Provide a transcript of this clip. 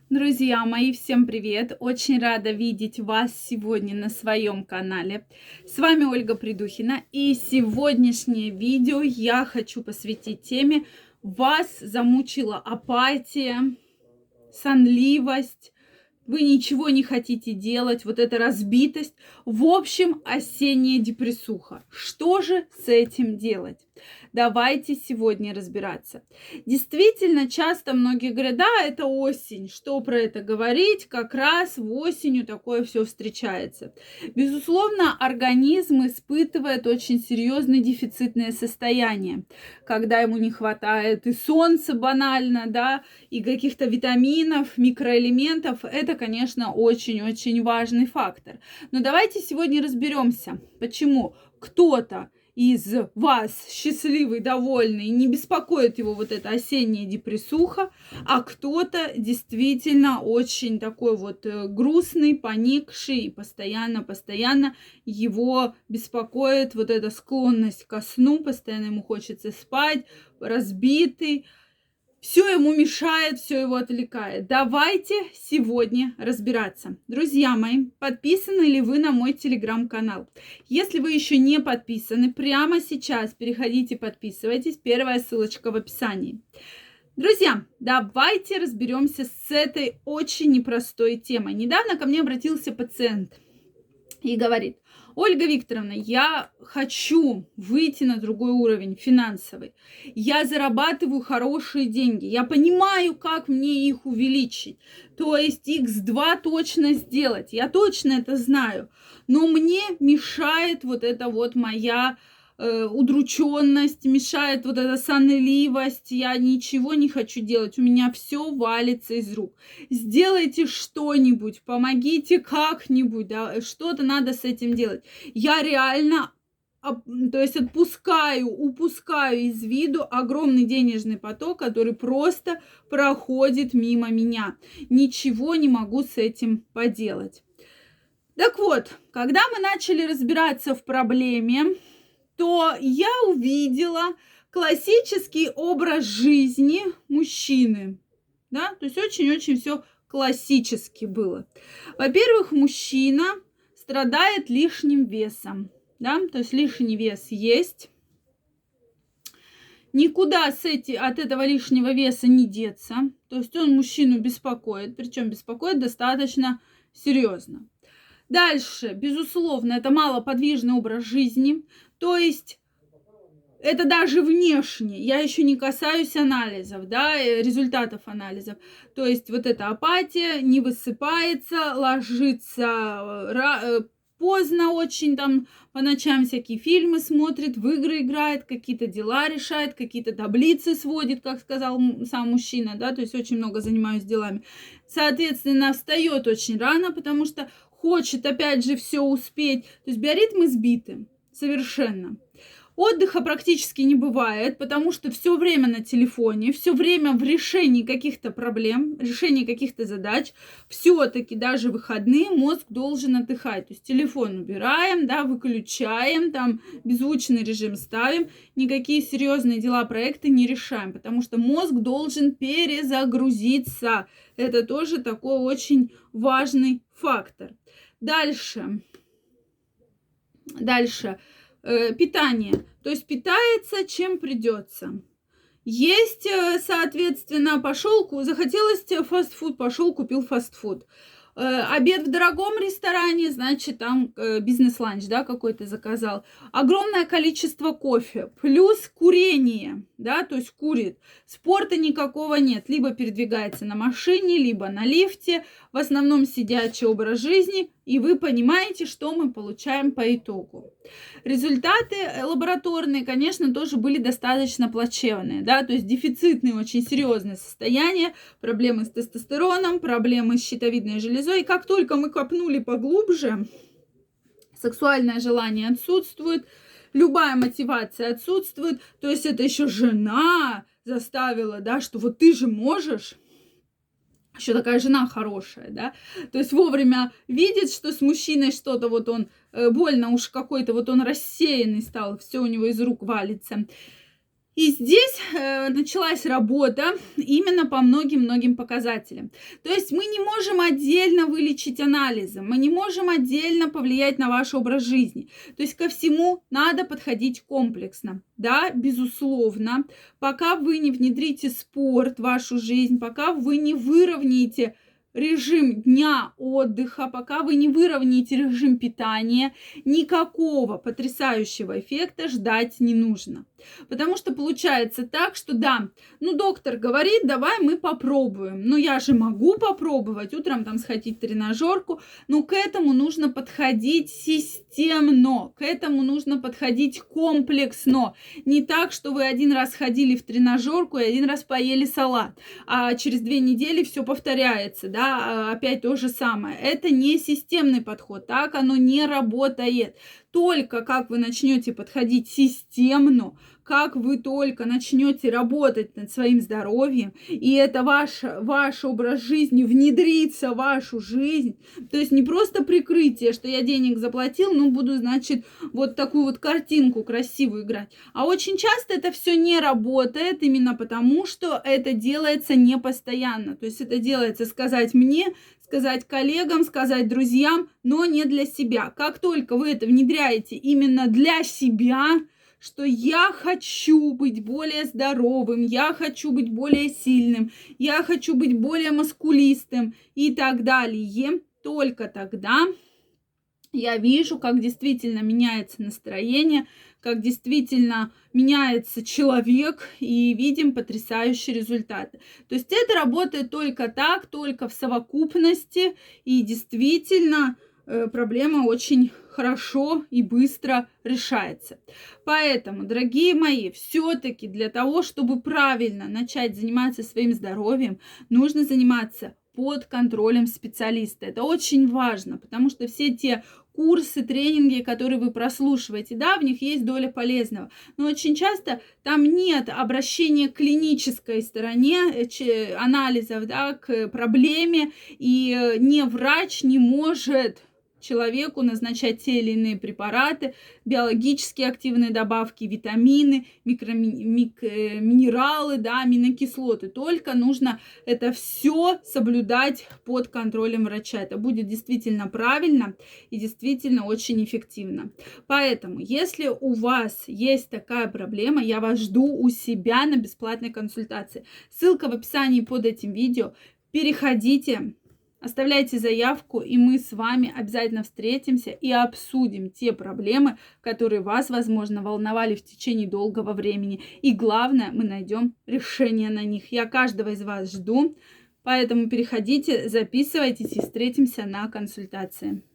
Друзья мои, всем привет! Очень рада видеть вас сегодня на своем канале. С вами Ольга Придухина, и сегодняшнее видео я хочу посвятить теме: вас замучила апатия, сонливость, вы ничего не хотите делать, вот эта разбитость. В общем, осенняя депрессуха. Что же с этим делать? Давайте сегодня разбираться. Действительно, часто многие говорят: да, это осень, что про это говорить, как раз в осенью такое все встречается. Безусловно, организм испытывает очень серьезное дефицитное состояние, когда ему не хватает и солнца банально, да, и каких-то витаминов, микроэлементов. Это, конечно, очень-очень важный фактор. Но давайте сегодня разберемся, почему кто-то из вас счастливый, довольный, не беспокоит его вот эта осенняя депрессуха, а кто-то действительно очень такой вот грустный, поникший, и постоянно его беспокоит вот эта склонность ко сну, постоянно ему хочется спать, разбитый. Все ему мешает, все его отвлекает. Давайте сегодня разбираться. Друзья мои, подписаны ли вы на мой телеграм-канал? Если вы еще не подписаны, прямо сейчас переходите, подписывайтесь. Первая ссылочка в описании. Друзья, давайте разберемся с этой очень непростой темой. Недавно ко мне обратился пациент и говорит: Ольга Викторовна, я хочу выйти на другой уровень финансовый. Я зарабатываю хорошие деньги. Я понимаю, как мне их увеличить. То есть x2 точно сделать. Я точно это знаю. Но мне мешает вот эта вот моя удрученность, мешает вот эта сонливость. Я ничего не хочу делать. У меня все валится из рук. Сделайте что-нибудь, помогите как-нибудь, да, что-то надо с этим делать. Я реально, то есть упускаю из виду огромный денежный поток, который просто проходит мимо меня. Ничего не могу с этим поделать. Так вот, когда мы начали разбираться в проблеме, то я увидела классический образ жизни мужчины. Да? То есть очень-очень все классически было. Во-первых, мужчина страдает лишним весом. Да? То есть лишний вес есть. Никуда от этого лишнего веса не деться. То есть он мужчину беспокоит. Причем беспокоит достаточно серьезно. Дальше, безусловно, это малоподвижный образ жизни. То есть это даже внешне. Я еще не касаюсь анализов, да, результатов анализов. То есть вот эта апатия, не высыпается, ложится поздно очень, там по ночам всякие фильмы смотрит, в игры играет, какие-то дела решает, какие-то таблицы сводит, как сказал сам мужчина, да, то есть очень много занимаюсь делами. Соответственно, встает очень рано, потому что хочет опять же все успеть. То есть биоритмы сбиты совершенно. Отдыха практически не бывает, потому что все время на телефоне, все время в решении каких-то проблем, решении каких-то задач. Все-таки даже в выходные мозг должен отдыхать. То есть телефон убираем, да, выключаем, там беззвучный режим ставим, никакие серьезные дела, проекты не решаем, потому что мозг должен перезагрузиться. Это тоже такой очень важный фактор. Дальше. Питание. То есть питается, чем придется. Есть, соответственно, захотелось фастфуд, пошел, купил фастфуд. Обед в дорогом ресторане, значит, там бизнес-ланч, да, какой-то заказал. Огромное количество кофе, плюс курение, да, то есть курит. Спорта никакого нет, либо передвигается на машине, либо на лифте, в основном сидячий образ жизни, и вы понимаете, что мы получаем по итогу. Результаты лабораторные, конечно, тоже были достаточно плачевные, да, то есть дефицитные, очень серьезные состояния, проблемы с тестостероном, проблемы с щитовидной железой. И как только мы копнули поглубже, сексуальное желание отсутствует, любая мотивация отсутствует, то есть это еще жена заставила, да, что вот ты же можешь. Еще такая жена хорошая, да, то есть вовремя видит, что с мужчиной что-то вот он больно уж какой-то, вот он рассеянный стал, все у него из рук валится. И здесь началась работа именно по многим-многим показателям. То есть мы не можем отдельно вылечить анализом, мы не можем отдельно повлиять на ваш образ жизни. То есть ко всему надо подходить комплексно. Да, безусловно, пока вы не внедрите спорт в вашу жизнь, пока вы не выровняете режим дня отдыха, пока вы не выровняете режим питания, никакого потрясающего эффекта ждать не нужно. Потому что получается так, что да, ну доктор говорит, давай мы попробуем. Но я же могу попробовать, утром там сходить в тренажерку, но к этому нужно подходить системно, к этому нужно подходить комплексно. Не так, что вы один раз ходили в тренажерку и один раз поели салат, а через 2 недели все повторяется, да, опять то же самое. Это не системный подход, так оно не работает. Только как вы начнете подходить системно, как вы только начнете работать над своим здоровьем, и это ваш образ жизни внедрится в вашу жизнь, то есть не просто прикрытие, что я денег заплатил, ну буду, значит, вот такую вот картинку красивую играть. А очень часто это все не работает именно потому, что это делается не постоянно. То есть это делается сказать мне, сказать коллегам, сказать друзьям, но не для себя. Как только вы это внедряете именно для себя, что я хочу быть более здоровым, я хочу быть более сильным, я хочу быть более маскулистым и так далее, только тогда я вижу, как действительно меняется настроение, как действительно меняется человек, и видим потрясающие результаты. То есть это работает только так, только в совокупности, и действительно проблема очень хорошо и быстро решается. Поэтому, дорогие мои, все-таки для того, чтобы правильно начать заниматься своим здоровьем, нужно заниматься под контролем специалиста. Это очень важно, потому что все те курсы, тренинги, которые вы прослушиваете, да, в них есть доля полезного, но очень часто там нет обращения к клинической стороне анализов, да, к проблеме, и не врач не может человеку назначать те или иные препараты, биологически активные добавки, витамины, минералы, да, аминокислоты. Только нужно это все соблюдать под контролем врача. Это будет действительно правильно и действительно очень эффективно. Поэтому, если у вас есть такая проблема, я вас жду у себя на бесплатной консультации. Ссылка в описании под этим видео. Переходите. Оставляйте заявку, и мы с вами обязательно встретимся и обсудим те проблемы, которые вас, возможно, волновали в течение долгого времени. И главное, мы найдем решение на них. Я каждого из вас жду, поэтому переходите, записывайтесь и встретимся на консультации.